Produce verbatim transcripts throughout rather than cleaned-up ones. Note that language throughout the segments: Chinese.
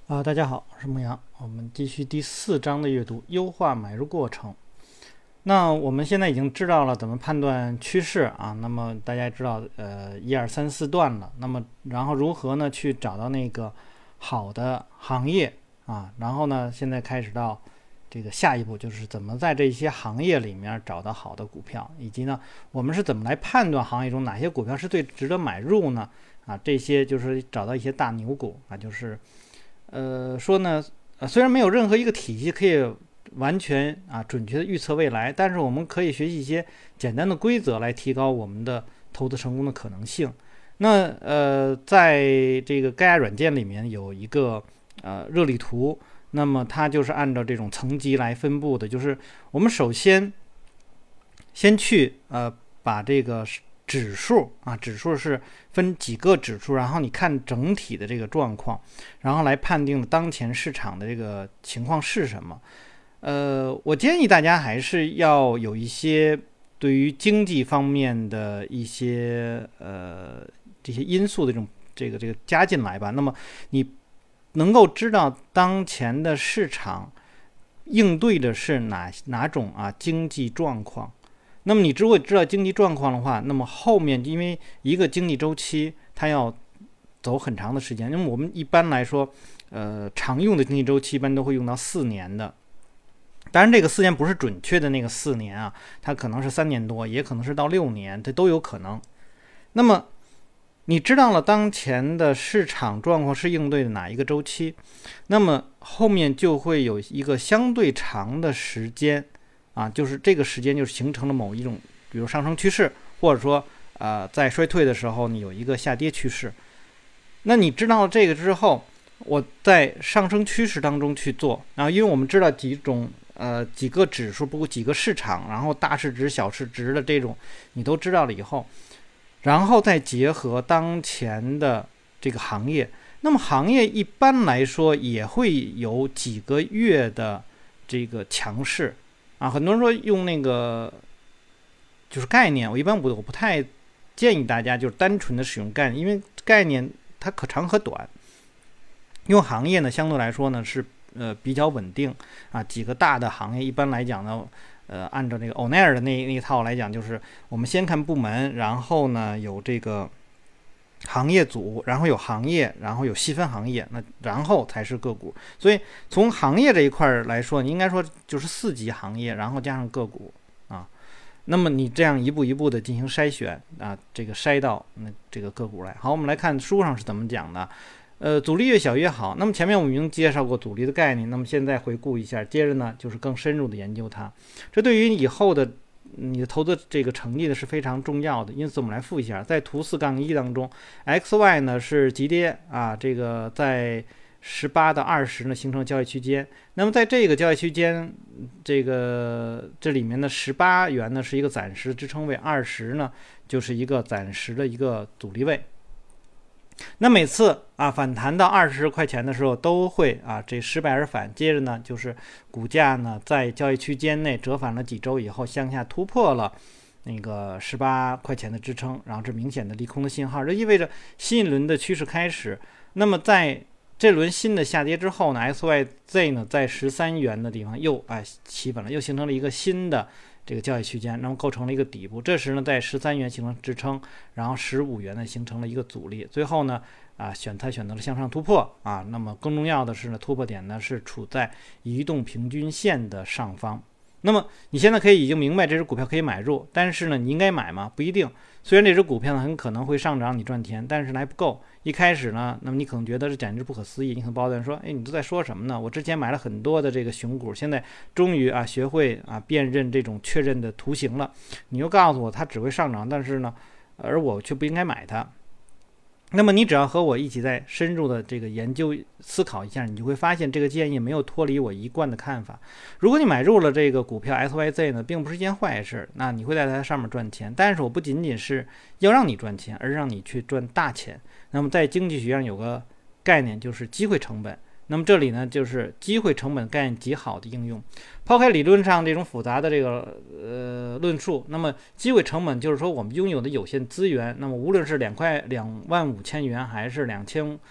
啊，大家好，我是牧羊。我们继续第四章的阅读，优化买入过程。那我们现在已经知道了怎么判断趋势啊，那么大家知道，呃，一二三四段了。那么然后如何呢去找到那个好的行业啊？然后呢，现在开始到这个下一步，就是怎么在这些行业里面找到好的股票，以及呢，我们是怎么来判断行业中哪些股票是最值得买入呢？啊，这些就是找到一些大牛股啊，就是。呃，说呢，呃，虽然没有任何一个体系可以完全啊准确的预测未来，但是我们可以学习一些简单的规则来提高我们的投资成功的可能性。那呃，在这个盖亚软件里面有一个呃热力图，那么它就是按照这种层级来分布的，就是我们首先先去呃把这个指数啊，指数是分几个指数，然后你看整体的这个状况，然后来判定当前市场的这个情况是什么。呃，我建议大家还是要有一些对于经济方面的一些呃这些因素的这种这个这个加进来吧。那么你能够知道当前的市场应对的是哪哪种啊经济状况。那么你如果知道经济状况的话，那么后面因为一个经济周期它要走很长的时间，因为我们一般来说，呃，常用的经济周期一般都会用到四年的。当然，这个四年不是准确的那个四年啊，它可能是三年多，也可能是到六年，这都有可能。那么你知道了当前的市场状况是应对的哪一个周期，那么后面就会有一个相对长的时间。啊，就是这个时间就是形成了某一种，比如上升趋势，或者说，呃，在衰退的时候你有一个下跌趋势。那你知道了这个之后，我在上升趋势当中去做啊，因为我们知道几种呃几个指数，包括几个市场，然后大市值、小市值的这种你都知道了以后，然后再结合当前的这个行业，那么行业一般来说也会有几个月的这个强势。啊，很多人说用那个就是概念，我一般不我不太建议大家就是单纯的使用概念，因为概念它可长可短。用行业呢，相对来说呢是呃比较稳定啊，几个大的行业一般来讲呢，呃按照那个欧奈尔的那那一套来讲，就是我们先看部门，然后呢有这个行业组，然后有行业，然后有细分行业，那然后才是个股。所以从行业这一块来说，你应该说就是四级行业，然后加上个股啊。那么你这样一步一步的进行筛选啊，这个筛到那这个个股来。好，我们来看书上是怎么讲的。呃，阻力越小越好。那么前面我们已经介绍过阻力的概念，那么现在回顾一下，接着呢就是更深入的研究它。这对于以后的你的投资这个成绩呢是非常重要的，因此我们来复一下，在图四杠一当中 ，X Y 呢是急跌啊，这个在十八到二十呢形成交易区间。那么在这个交易区间，这个这里面的十八元呢是一个暂时支撑位，二十呢就是一个暂时的一个阻力位。那每次啊反弹到二十块钱的时候，都会啊这失败而返，接着呢就是股价呢在交易区间内折返了几周以后，向下突破了那个十八块钱的支撑，然后这明显的利空的信号，这意味着新一轮的趋势开始。那么在这轮新的下跌之后呢 ，X Y Z 呢在十三元的地方又哎企稳了，又形成了一个新的这个交易区间，那么构成了一个底部。这时呢，在十三元形成支撑，然后十五元呢形成了一个阻力。最后呢，啊选它选择了向上突破啊。那么更重要的是呢，突破点呢是处在移动平均线的上方。那么你现在可以已经明白这只股票可以买入，但是呢，你应该买吗？不一定。虽然这只股票呢很可能会上涨，你赚钱，但是还不够。一开始呢，那么你可能觉得这简直不可思议，你可能抱怨说，哎，你都在说什么呢？我之前买了很多的这个熊股，现在终于啊学会啊辨认这种确认的图形了。你又告诉我它只会上涨，但是呢，而我却不应该买它。那么你只要和我一起在深入的这个研究思考一下，你就会发现这个建议没有脱离我一贯的看法。如果你买入了这个股票 X Y Z 呢，并不是一件坏事，那你会在它上面赚钱。但是我不仅仅是要让你赚钱，而让你去赚大钱。那么在经济学上有个概念就是机会成本。那么这里呢，就是机会成本概念极好的应用。抛开理论上这种复杂的这个呃论述，那么机会成本就是说我们拥有的有限资源，那么无论是两块两万五千元还是两千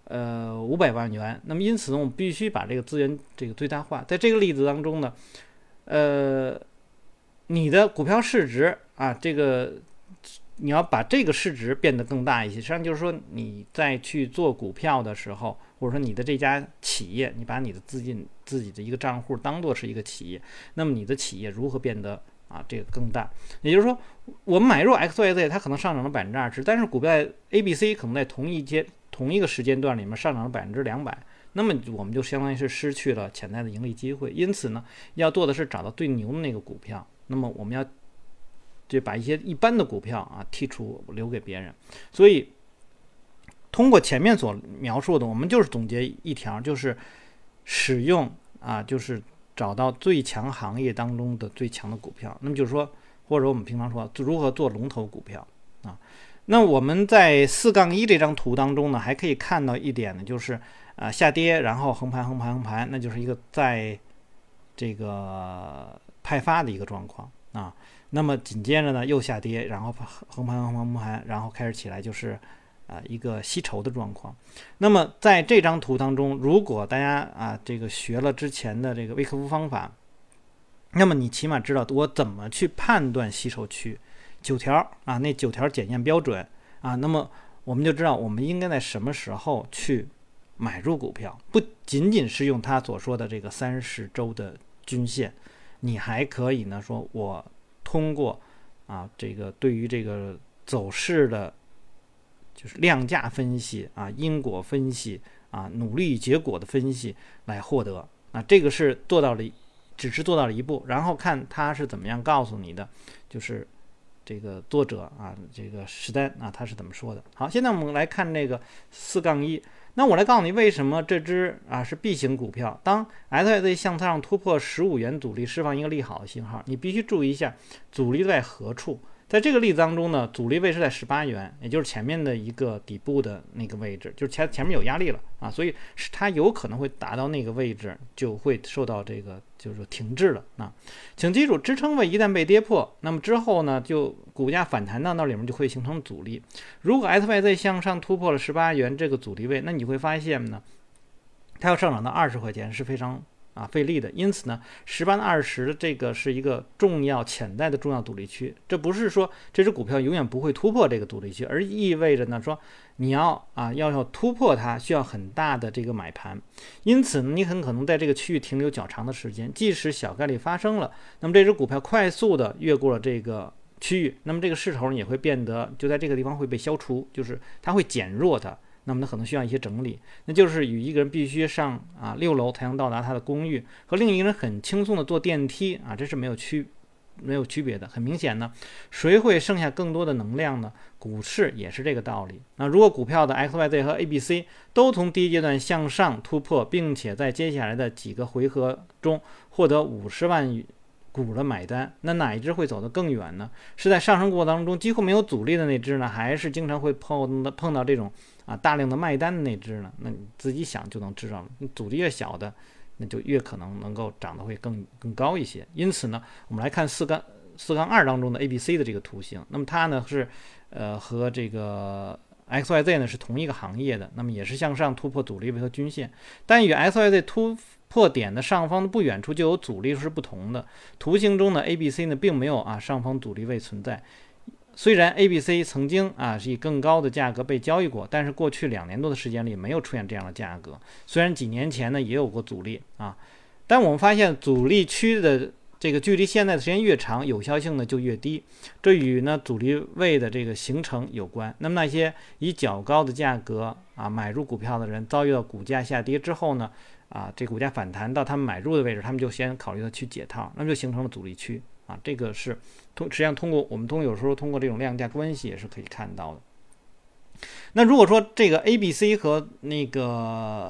呃五百万元。那么因此呢，我们必须把这个资源这个最大化。在这个例子当中呢，呃，你的股票市值啊，这个你要把这个市值变得更大一些。实际上就是说，你在去做股票的时候，或者说你的这家企业，你把你的资金自己的一个账户当做是一个企业，那么你的企业如何变得啊这个更大？也就是说，我们买入 X Y Z， 它可能上涨了百分之二十，但是股票 A B C 可能在同一阶同一个时间段里面上涨了百分之两百。那么我们就相当于是失去了潜在的盈利机会。因此呢，要做的是找到最牛的那个股票。那么我们要就把一些一般的股票啊剔除，留给别人。所以通过前面所描述的，我们就是总结一条，就是使用啊，就是找到最强行业当中的最强的股票。那么就是说，或者我们平常说如何做龙头股票啊。那我们在四杠一这张图当中呢，还可以看到一点呢，就是啊下跌，然后横盘横盘横盘，那就是一个在这个派发的一个状况啊。那么紧接着呢又下跌，然后横盘横盘横盘，然后开始起来就是啊一个吸筹的状况。那么在这张图当中，如果大家啊这个学了之前的这个微克夫方法，那么你起码知道我怎么去判断吸筹区。九条啊，那九条检验标准啊，那么我们就知道我们应该在什么时候去买入股票。不仅仅是用他所说的这个三十周的均线，你还可以呢说，我通过啊这个对于这个走势的，就是量价分析啊、因果分析啊、努力与结果的分析来获得啊，这个是做到了，只是做到了一步，然后看他是怎么样告诉你的，就是。这个作者啊，这个史丹啊，他是怎么说的？好，现在我们来看这个四杠一。那我来告诉你，为什么这只啊是 B 型股票？当 X Y Z 向上突破十五元阻力，释放一个利好的信号，你必须注意一下阻力在何处。在这个例子当中呢，阻力位是在十八元，也就是前面的一个底部的那个位置，就是前前面有压力了啊，所以是它有可能会达到那个位置，就会受到这个就是停滞了啊。请记住，支撑位一旦被跌破，那么之后呢，就股价反弹到那里面就会形成阻力。如果 X Y Z 向上突破了十八元这个阻力位，那你会发现呢，它要上涨到二十块钱是非常。啊，费力的，因此呢，十八到二十这个是一个重要潜在的重要阻力区。这不是说这只股票永远不会突破这个阻力区，而意味着呢说你要啊要要突破它，需要很大的这个买盘。因此呢，你很可能在这个区域停留较长的时间。即使小概率发生了，那么这只股票快速的越过了这个区域，那么这个势头也会变得就在这个地方会被消除，就是它会减弱它。那么它可能需要一些整理，那就是与一个人必须上啊六楼才能到达他的公寓，和另一个人很轻松的坐电梯啊，这是没有区没有区别的。很明显呢，谁会剩下更多的能量呢？股市也是这个道理。那如果股票的 X Y Z 和 A B C 都从第一阶段向上突破，并且在接下来的几个回合中获得五十万股的买单，那哪一只会走得更远呢？是在上升过程当中几乎没有阻力的那只呢，还是经常会碰到碰到这种啊大量的卖单的那只呢？那你自己想就能知道了。阻力越小的，那就越可能能够涨得会更更高一些。因此呢，我们来看四杠四杠二当中的 A B C 的这个图形，那么它呢是呃和这个 X Y Z 呢是同一个行业的，那么也是向上突破阻力位和均线，但与 X Y Z 突破点的上方的不远处就有阻力是不同的。图形中的 A B C 呢并没有啊上方阻力位存在。虽然 A B C 曾经啊是以更高的价格被交易过，但是过去两年多的时间里没有出现这样的价格。虽然几年前呢也有过阻力啊，但我们发现阻力区的这个距离现在的时间越长，有效性呢就越低，这与呢阻力位的这个形成有关。那么那些以较高的价格啊买入股票的人，遭遇到股价下跌之后呢，啊这股价反弹到他们买入的位置，他们就先考虑到去解套，那么就形成了阻力区啊。这个是通实际上通过我们通有时候通过这种量价关系也是可以看到的。那如果说这个 A B C 和那个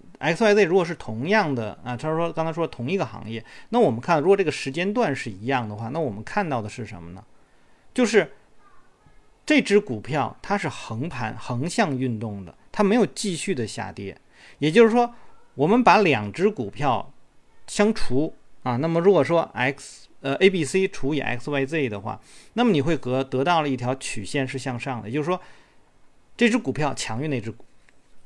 X Y Z 如果是同样的啊，他说刚才说同一个行业，那我们看如果这个时间段是一样的话，那我们看到的是什么呢？就是这只股票它是横盘横向运动的，它没有继续的下跌。也就是说，我们把两只股票相除啊，那么如果说 X 呃 A B C 除以 X Y Z 的话，那么你会得得到了一条曲线是向上的，也就是说这只股票强于那只股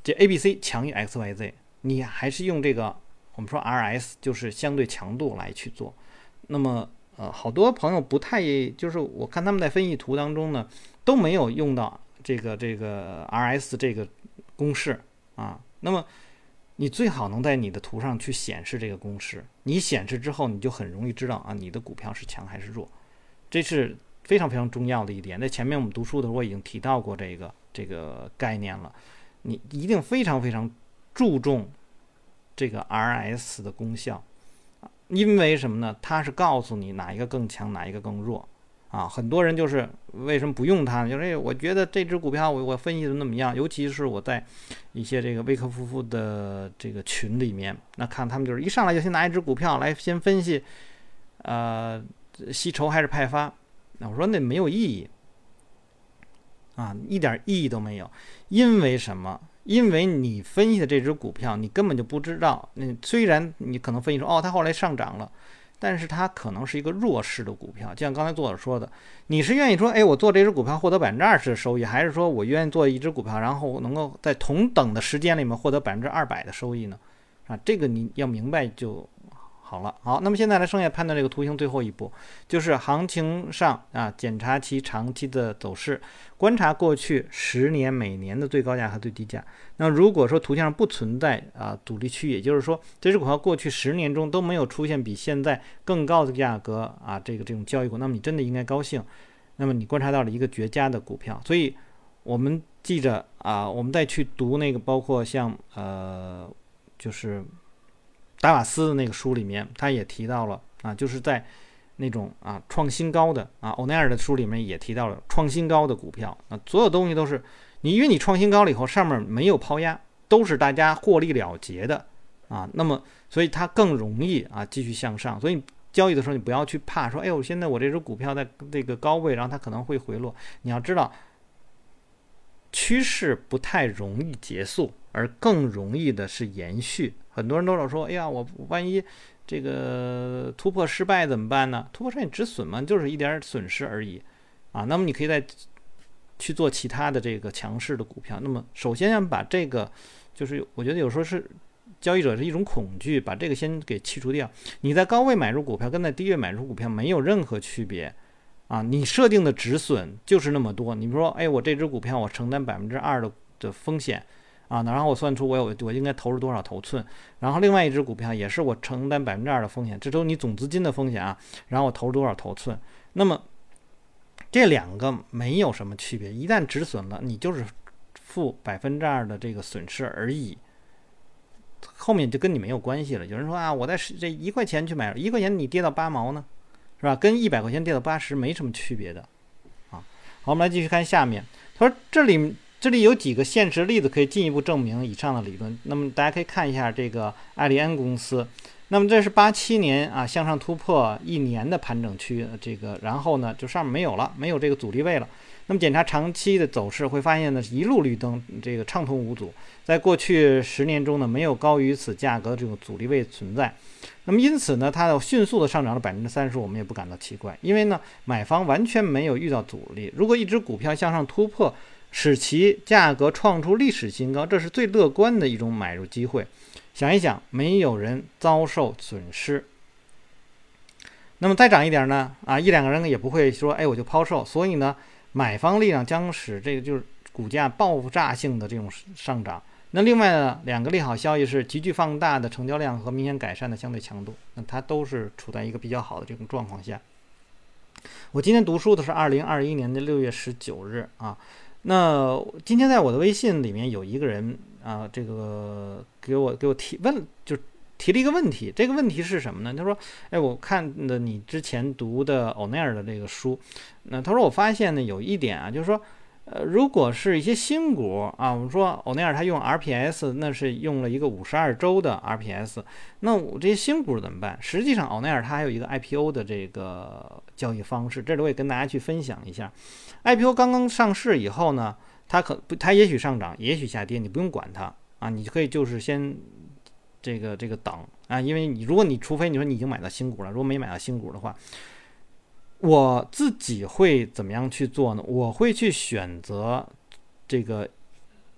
这 A B C 强于 X Y Z， 你还是用这个我们说 R S 就是相对强度来去做。那么呃，好多朋友不太，就是我看他们在分析图当中呢，都没有用到这个这个 R S 这个公式啊。那么你最好能在你的图上去显示这个公式，你显示之后，你就很容易知道啊，你的股票是强还是弱，这是非常非常重要的一点。在前面我们读书的时候我已经提到过这个这个概念了，你一定非常非常注重这个 R S 的功效。因为什么呢？它是告诉你哪一个更强，哪一个更弱啊。很多人就是为什么不用它呢？就是我觉得这只股票我我分析的怎么样，尤其是我在一些这个微客夫妇的这个群里面，那看他们就是一上来就先拿一只股票来先分析，呃，吸筹还是派发。那我说那没有意义啊，一点意义都没有。因为什么？因为你分析的这只股票，你根本就不知道。嗯，虽然你可能分析说，哦，它后来上涨了，但是它可能是一个弱势的股票。就像刚才作者说的，你是愿意说，哎，我做这只股票获得百分之二十的收益，还是说我愿意做一只股票，然后能够在同等的时间里面获得百分之二百的收益呢？啊，这个你要明白就好了。好，那么现在来剩下判断这个图形最后一步，就是行情上啊，检查其长期的走势，观察过去十年每年的最高价和最低价。那如果说图形上不存在啊阻力区，也就是说这只股票过去十年中都没有出现比现在更高的价格啊，这个这种交易股，那么你真的应该高兴。那么你观察到了一个绝佳的股票，所以我们记着啊，我们再去读那个包括像呃就是达瓦斯的那个书里面，他也提到了啊，就是在那种啊创新高的啊，欧奈尔的书里面也提到了创新高的股票啊，所有东西都是你，因为你创新高了以后，上面没有抛压，都是大家获利了结的啊，那么所以它更容易啊继续向上。所以交易的时候你不要去怕说，哎呦，现在我这只股票在这个高位，然后它可能会回落。你要知道，趋势不太容易结束，而更容易的是延续。很多人都老说，哎呀，我万一这个突破失败怎么办呢？突破失败止损嘛，就是一点损失而已啊。那么你可以再去做其他的这个强势的股票。那么首先要把这个，就是我觉得有时候是交易者是一种恐惧，把这个先给去除掉。你在高位买入股票跟在低位买入股票没有任何区别啊。你设定的止损就是那么多。你比如说，哎，我这只股票我承担百分之二的的风险。啊，然后我算出我有我应该投入多少头寸，然后另外一只股票也是我承担百分之二的风险，这都是你总资金的风险啊，然后我投入多少头寸，那么这两个没有什么区别，一旦止损了，你就是负百分之二的这个损失而已，后面就跟你没有关系了。有人说啊，我在这一块钱去买，一块钱你跌到八毛呢，是吧？跟一百块钱跌到八十没什么区别的啊。好，我们来继续看下面，他说这里。这里有几个现实例子可以进一步证明以上的理论。那么大家可以看一下这个艾利安公司。那么这是八七年啊向上突破一年的盘整区，这个然后呢就上面没有了，没有这个阻力位了。那么检查长期的走势会发现呢，一路绿灯，这个畅通无阻。在过去十年中呢，没有高于此价格的这种阻力位存在。那么因此呢，它的迅速的上涨了百分之三十，我们也不感到奇怪，因为呢买方完全没有遇到阻力。如果一只股票向上突破，使其价格创出历史新高，这是最乐观的一种买入机会。想一想，没有人遭受损失。那么再涨一点呢？啊，一两个人也不会说，哎，我就抛售。所以呢，买方力量将使这个就是股价爆炸性的这种上涨。那另外呢，两个利好消息是急剧放大的成交量和明显改善的相对强度。那它都是处在一个比较好的这种状况下。我今天读书的是二零二一年的六月十九日啊。那今天在我的微信里面有一个人啊，这个给我给我提问，就提了一个问题。这个问题是什么呢？他说：“哎，我看的你之前读的欧奈尔的这个书，那他说我发现呢有一点啊，就是说，呃，如果是一些新股啊，我们说欧奈尔他用 R P S， 那是用了一个五十二周的 R P S， 那我这些新股怎么办？实际上欧奈尔它还有一个 I P O 的这个交易方式，这里我也跟大家去分享一下。I P O 刚刚上市以后呢，它可它也许上涨，也许下跌，你不用管它啊，你可以就是先这个这个等啊，因为你如果你除非你说你已经买到新股了，如果没买到新股的话，我自己会怎么样去做呢？我会去选择这个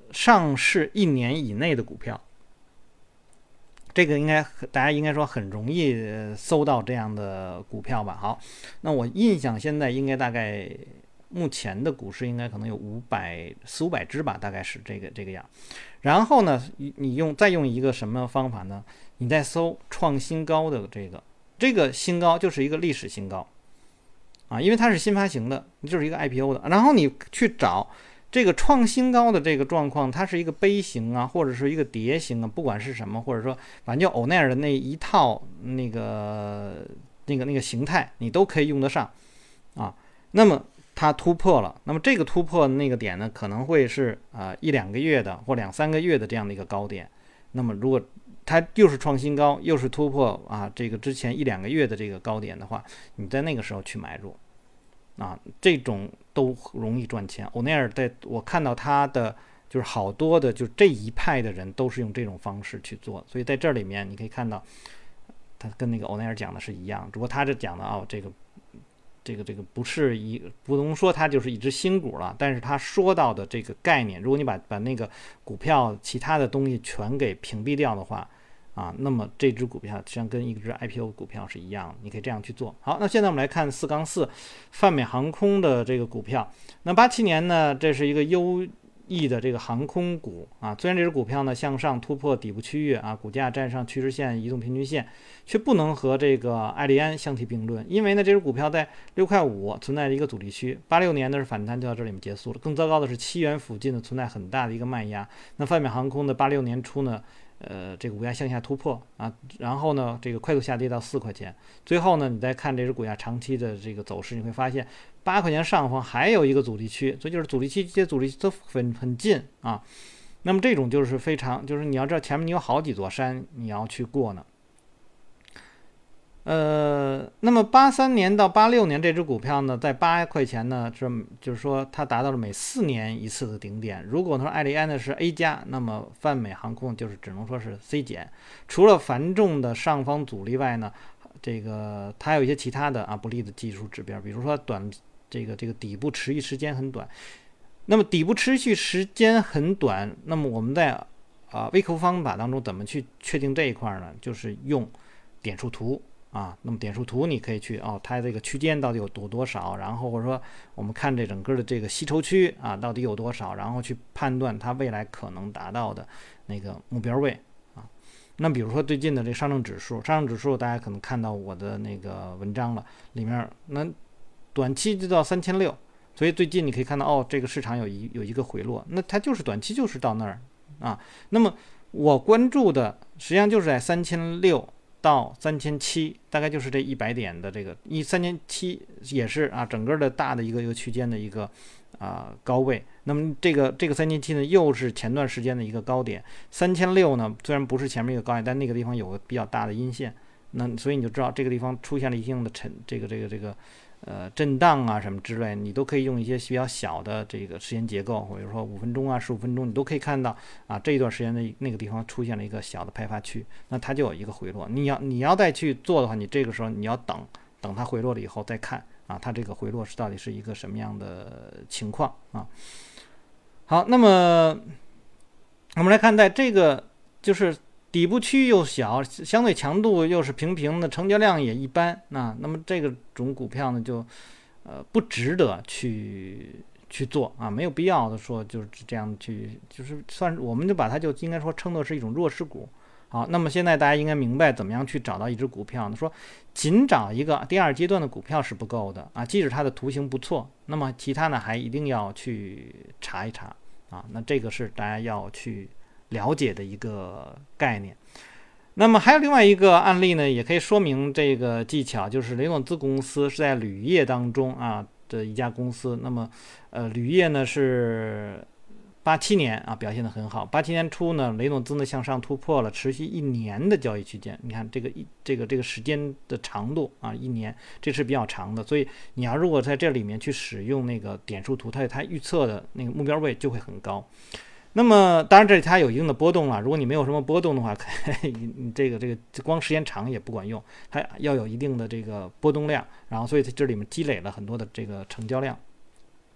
上市一年以内的股票。这个应该大家应该说很容易搜到这样的股票吧。好，那我印象现在应该大概目前的股市应该可能有五百四五百只吧，大概是这个这个样。然后呢，你用再用一个什么方法呢？你再搜创新高的这个这个新高就是一个历史新高啊，因为它是新发行的，就是一个 I P O 的。然后你去找这个创新高的这个状况，它是一个杯形啊，或者是一个碟形啊，不管是什么，或者说反正就欧奈尔的那一套那个那个那个形态，你都可以用得上啊。那么它突破了，那么这个突破那个点呢，可能会是啊、呃、一两个月的或两三个月的这样的一个高点。那么如果它又是创新高，又是突破啊这个之前一两个月的这个高点的话，你在那个时候去买入。啊，这种都容易赚钱。欧奈尔在我看到他的就是好多的，就这一派的人都是用这种方式去做，所以在这里面你可以看到，他跟那个欧奈尔讲的是一样，只不过他这讲的啊、哦，这个这个这个不是一不能说它就是一只新股了，但是他说到的这个概念，如果你把把那个股票其他的东西全给屏蔽掉的话。啊，那么这只股票实际上跟一只 I P O 股票是一样的，你可以这样去做。好，那现在我们来看四杠四泛美航空的这个股票。那八七年呢，这是一个优异的这个航空股啊，虽然这只股票呢向上突破底部区域啊，股价站上趋势线、移动平均线，却不能和这个艾利安相提并论，因为呢这只股票在六块五存在着一个阻力区。八六年呢是反弹就到这里面结束了，更糟糕的是七元附近呢存在很大的一个卖压。那泛美航空的八六年初呢。呃，这个股价向下突破啊，然后呢，这个快速下跌到四块钱，最后呢，你再看这只股价长期的这个走势，你会发现八块钱上方还有一个阻力区，所以就是阻力区这些阻力区都很很近啊。那么这种就是非常，就是你要知道前面你有好几座山你要去过呢。呃，那么八三年到八六年这只股票呢，在八块钱呢，这就是说它达到了每四年一次的顶点。如果说艾利安呢是 A 加，那么泛美航空就是只能说是 C 减。除了繁重的上方阻力外呢，这个它还有一些其他的啊不利的技术指标，比如说短这个这个底部持续时间很短。那么底部持续时间很短，那么我们在啊微扣方法当中怎么去确定这一块呢？就是用点数图。啊，那么点数图你可以去哦，它这个区间到底有多多少，然后或者说我们看这整个的这个吸筹区啊到底有多少，然后去判断它未来可能达到的那个目标位啊。那比如说最近的这上证指数，上证指数大家可能看到我的那个文章了，里面那短期就到三千六，所以最近你可以看到哦，这个市场有一有一个回落，那它就是短期就是到那儿啊。那么我关注的实际上就是在三千六。到三千七，大概就是这一百点的这个一三千七也是啊，整个的大的一个一个区间的一个啊、呃、高位。那么这个这个三千七呢，又是前段时间的一个高点。三千六呢，虽然不是前面一个高点，但那个地方有个比较大的阴线，那所以你就知道这个地方出现了一定的沉这个这个这个呃震荡啊什么之类，你都可以用一些比较小的这个时间结构，或者说五分钟啊十五分钟，你都可以看到啊这一段时间的那个地方出现了一个小的派发区，那它就有一个回落。你要你要再去做的话，你这个时候你要等等它回落了以后再看啊，它这个回落是到底是一个什么样的情况啊？好，那么我们来看待这个就是底部区域又小，相对强度又是平平的，成交量也一般啊。那么这个种股票呢，就呃不值得去去做啊，没有必要的说就是这样去，就是算是我们就把它就应该说称作是一种弱势股。好，那么现在大家应该明白怎么样去找到一只股票呢？说仅找一个第二阶段的股票是不够的啊，即使它的图形不错，那么其他呢还一定要去查一查啊。那这个是大家要去了解的一个概念。那么还有另外一个案例呢，也可以说明这个技巧，就是雷诺兹公司是在铝业当中啊的一家公司。那么呃铝业呢是八七年啊表现得很好，八七年初呢雷诺兹呢向上突破了持续一年的交易区间，你看这个一这个这个时间的长度啊一年，这是比较长的，所以你要如果在这里面去使用那个点数图，它它预测的那个目标位就会很高。那么当然这里它有一定的波动了，如果你没有什么波动的话，你这个这个光时间长也不管用，它要有一定的这个波动量，然后所以在这里面积累了很多的这个成交量。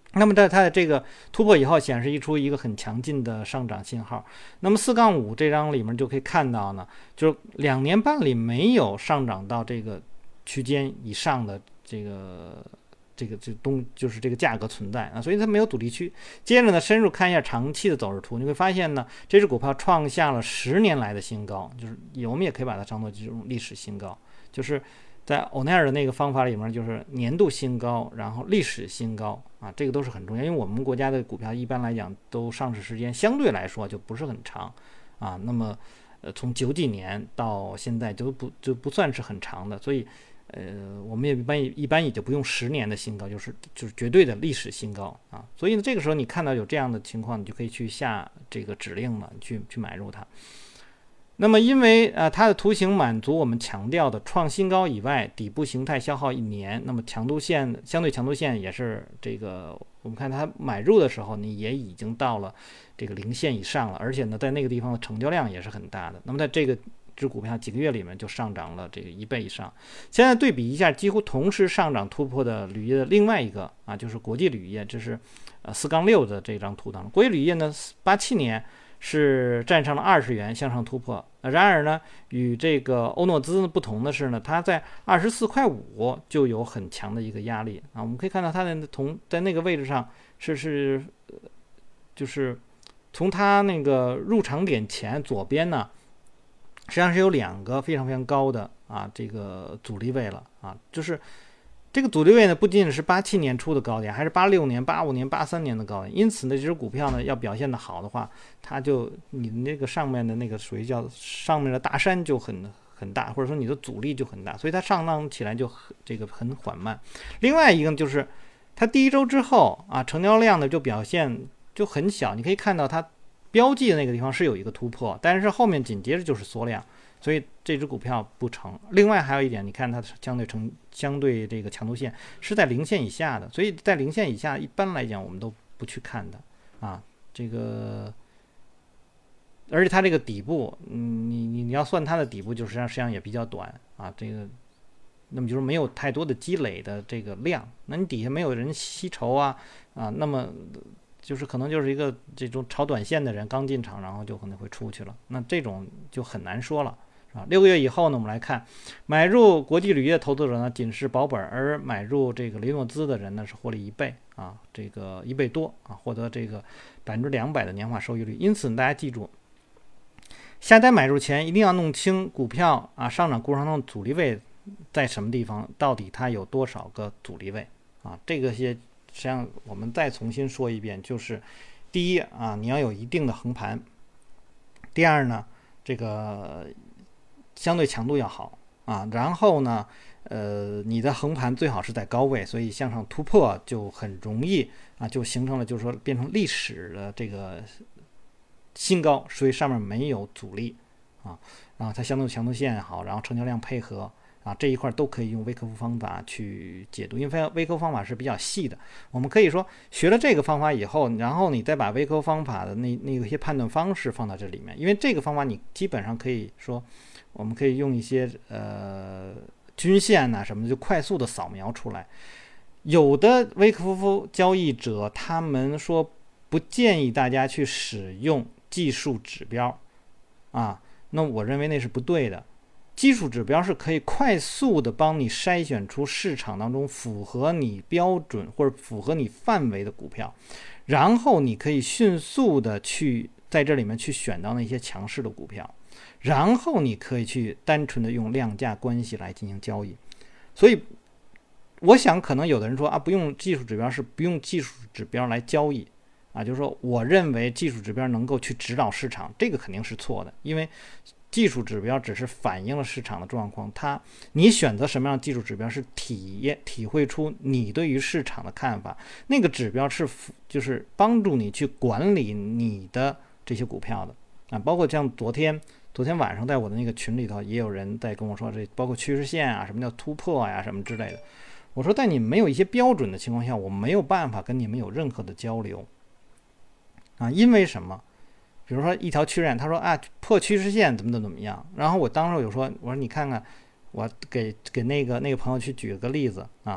那么在它的这个突破以后，显示出一个很强劲的上涨信号。那么四杠五这张里面就可以看到呢，就是两年半里没有上涨到这个区间以上的这个这个这东就是这个价格存在啊，所以它没有阻力区。接着呢，深入看一下长期的走势图，你会发现呢，这只股票创下了十年来的新高，就是我们也可以把它当做这种历史新高，就是在欧奈尔的那个方法里面，就是年度新高，然后历史新高啊，这个都是很重要，因为我们国家的股票一般来讲都上市时间相对来说就不是很长啊，那么呃从九几年到现在就不就不算是很长的，所以呃我们也一般一般也就不用十年的新高，就是就是绝对的历史新高啊，所以呢这个时候你看到有这样的情况，你就可以去下这个指令了，去去买入它。那么因为呃它的图形满足我们强调的创新高以外，底部形态消耗一年，那么强度线相对强度线也是这个，我们看它买入的时候，你也已经到了这个零线以上了，而且呢在那个地方的成交量也是很大的。那么在这个只股票几个月里面就上涨了这个一倍以上。现在对比一下，几乎同时上涨突破的铝业的另外一个啊，就是国际铝业，这是呃四杠六的这张图当中，国际铝业呢八七年是站上了二十元向上突破，然而呢，与这个欧诺兹不同的是呢，它在二十四块五就有很强的一个压力啊。我们可以看到它的同在那个位置上是是，就是从它那个入场点前左边呢，实际上是有两个非常非常高的啊这个阻力位了啊，就是这个阻力位呢，不仅仅是八七年出的高点，还是八六年、八五年、八三年的高点。因此呢，这只股票呢要表现的好的话，它就你那个上面的那个属于叫上面的大山就很很大，或者说你的阻力就很大，所以它上涨起来就很这个很缓慢。另外一个就是它第一周之后啊，成交量呢就表现就很小，你可以看到它标记的那个地方是有一个突破，但是后面紧接着就是缩量。所以这只股票不成。另外还有一点，你看它相对成相对这个强度线是在零线以下的，所以在零线以下一般来讲我们都不去看的啊。这个，而且它这个底部，嗯，你你你要算它的底部，就是实际上实际上也比较短啊。这个，那么就是没有太多的积累的这个量，那你底下没有人吸筹啊啊，那么就是可能就是一个这种炒短线的人刚进场，然后就可能会出去了，那这种就很难说了。啊，六个月以后呢，我们来看，买入国际铝业投资者呢仅是保本，而买入这个雷诺兹的人呢是获利一倍啊，这个一倍多啊，获得这个百分之两百的年化收益率。因此大家记住，下单买入前一定要弄清股票啊上涨过程中的阻力位在什么地方，到底它有多少个阻力位啊？这个些实际上我们再重新说一遍，就是第一啊，你要有一定的横盘；第二呢，这个相对强度要好啊，然后呢，呃，你的横盘最好是在高位，所以向上突破就很容易啊，就形成了就是说变成历史的这个新高，所以上面没有阻力啊，然后它相对强度线好，然后成交量配合啊，这一块都可以用微客服方法去解读，因为微客服方法是比较细的，我们可以说学了这个方法以后，然后你再把微客服方法的那那有些判断方式放到这里面，因为这个方法你基本上可以说。我们可以用一些呃均线呐、啊、什么的，就快速的扫描出来。有的微客服交易者他们说不建议大家去使用技术指标啊，那我认为那是不对的。技术指标是可以快速的帮你筛选出市场当中符合你标准或者符合你范围的股票，然后你可以迅速的去在这里面去选到那些强势的股票。然后你可以去单纯的用量价关系来进行交易，所以我想可能有的人说啊，不用技术指标是不用技术指标来交易啊，就是说我认为技术指标能够去指导市场，这个肯定是错的，因为技术指标只是反映了市场的状况，它你选择什么样的技术指标是体验体会出你对于市场的看法，那个指标是就是帮助你去管理你的这些股票的啊，包括像昨天。昨天晚上在我的那个群里头也有人在跟我说，这包括趋势线啊，什么叫突破呀、啊，什么之类的。我说在你没有一些标准的情况下，我没有办法跟你们有任何的交流啊，因为什么？比如说一条趋势线，他说啊破趋势线怎么怎么怎么样，然后我当时有说，我说你看看，我给给那个那个朋友去举个例子啊，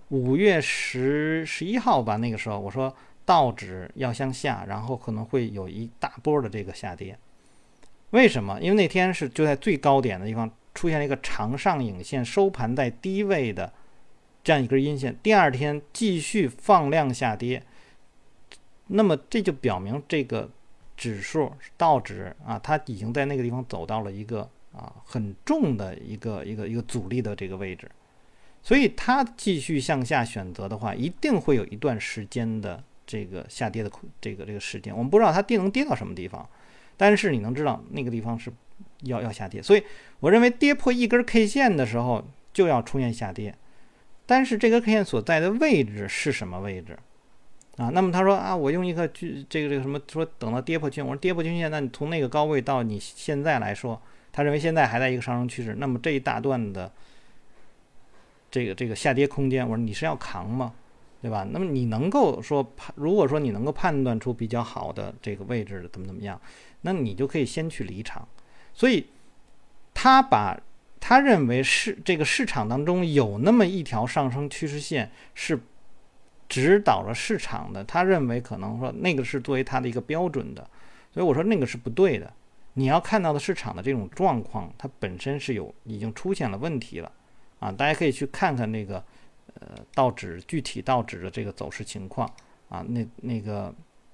五月十十一号吧，那个时候我说道指要向下，然后可能会有一大波的这个下跌。为什么？因为那天是就在最高点的地方出现了一个长上影线，收盘在低位的这样一根阴线，第二天继续放量下跌。那么这就表明这个指数道指啊，它已经在那个地方走到了一个啊很重的一个一个一个阻力的这个位置，所以它继续向下选择的话，一定会有一段时间的这个下跌的这个这个时间。我们不知道它跌能跌到什么地方，但是你能知道那个地方是要要下跌，所以我认为跌破一根 K 线的时候就要出现下跌。但是这个 K 线所在的位置是什么位置啊？那么他说啊，我用一个这个这个什么说等到跌破均线，我说跌破均线，那你从那个高位到你现在来说，他认为现在还在一个上升趋势，那么这一大段的这个这个下跌空间，我说你是要扛吗？对吧？那么你能够说，如果说你能够判断出比较好的这个位置怎么怎么样，那你就可以先去离场。所以他把他认为是这个市场当中有那么一条上升趋势线是指导了市场的，他认为可能说那个是作为他的一个标准的，所以我说那个是不对的。你要看到的市场的这种状况，它本身是有已经出现了问题了啊！大家可以去看看那个呃道指具体道指的这个走势情况啊，那那个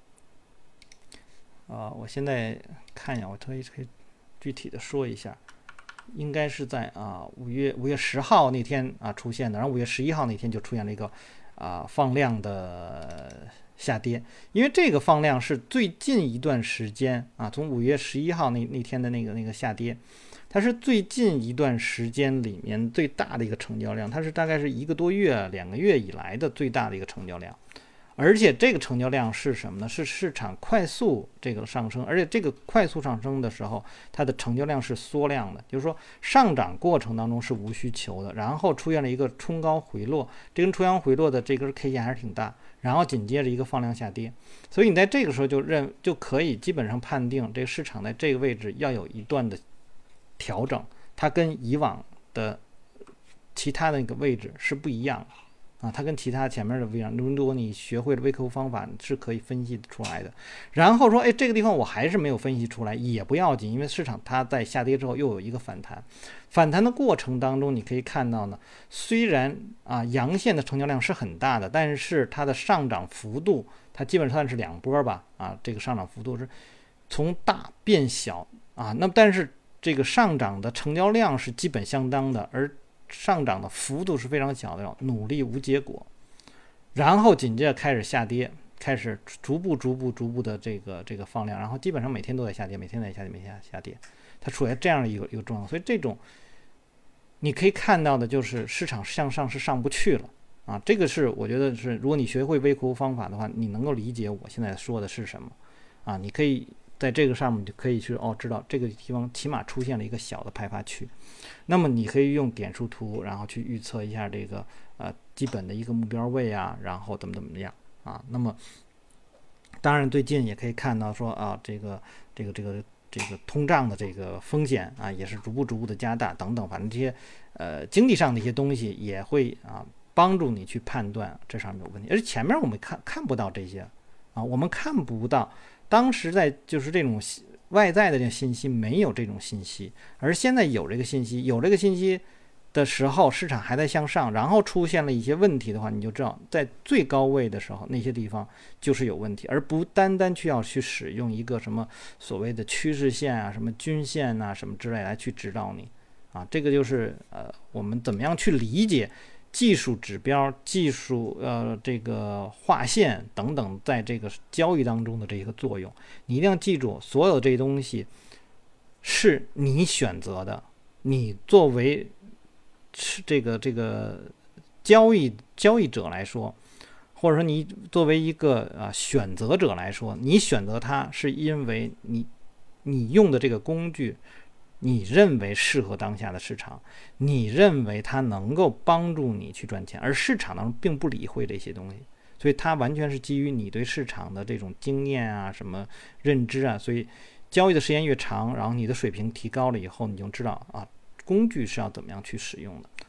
啊、呃，我现在看一下，我可以可以具体的说一下。应该是在啊五月五月十号那天啊出现的，然后五月十一号那天就出现了一个啊放量的下跌，因为这个放量是最近一段时间啊，从五月十一号那那天的那个那个下跌，它是最近一段时间里面最大的一个成交量，它是大概是一个多月两个月以来的最大的一个成交量。而且这个成交量是什么呢？是市场快速这个上升，而且这个快速上升的时候，它的成交量是缩量的，就是说上涨过程当中是无需求的，然后出现了一个冲高回落，这根冲高回落的这根 K 线还是挺大，然后紧接着一个放量下跌，所以你在这个时候就认就可以基本上判定这个市场在这个位置要有一段的调整，它跟以往的其他的那个位置是不一样的。啊，它跟其他前面的不一样。如果你学会了微客户方法，是可以分析出来的。然后说，哎，这个地方我还是没有分析出来，也不要紧，因为市场它在下跌之后又有一个反弹。反弹的过程当中，你可以看到呢，虽然啊阳线的成交量是很大的，但是它的上涨幅度，它基本上是两波吧。啊，这个上涨幅度是从大变小啊，那但是这个上涨的成交量是基本相当的，而上涨的幅度是非常小的，努力无结果，然后紧接着开始下跌，开始逐步逐步逐步的这个这个放量，然后基本上每天都在下跌，每天在下跌，每天下跌，它处在这样的一个一个状况，所以这种你可以看到的就是市场向上是上不去了啊，这个是我觉得是，如果你学会微客户方法的话，你能够理解我现在说的是什么啊，你可以在这个上面就可以去哦知道这个地方起码出现了一个小的派发区，那么你可以用点数图然后去预测一下这个呃基本的一个目标位啊，然后怎么怎么样啊，那么当然最近也可以看到说啊这个这个这个这个通胀的这个风险啊也是逐步逐步的加大等等，反正这些呃经济上的一些东西也会啊帮助你去判断这上面有问题，而前面我们看看不到这些啊，我们看不到。当时在就是这种外在的这种信息没有这种信息，而现在有这个信息，有这个信息的时候，市场还在向上，然后出现了一些问题的话，你就知道在最高位的时候那些地方就是有问题，而不单单去要去使用一个什么所谓的趋势线啊、什么均线啊、什么之类来去指导你啊，这个就是呃我们怎么样去理解技术指标、技术呃这个划线等等，在这个交易当中的这个作用，你一定要记住，所有这些东西是你选择的。你作为这个这个交易交易者来说，或者说你作为一个啊选择者来说，你选择它是因为你你用的这个工具。你认为适合当下的市场，你认为它能够帮助你去赚钱，而市场当中并不理会这些东西，所以它完全是基于你对市场的这种经验啊、什么认知啊，所以交易的时间越长，然后你的水平提高了以后，你就知道啊，工具是要怎么样去使用的。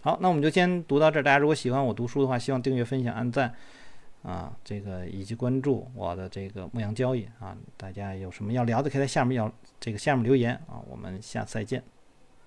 好，那我们就先读到这儿。大家如果喜欢我读书的话，希望订阅、分享、按赞啊，这个以及关注我的这个牧羊交易啊。大家有什么要聊的，可以在下面要这个下面留言啊。我们下次再见。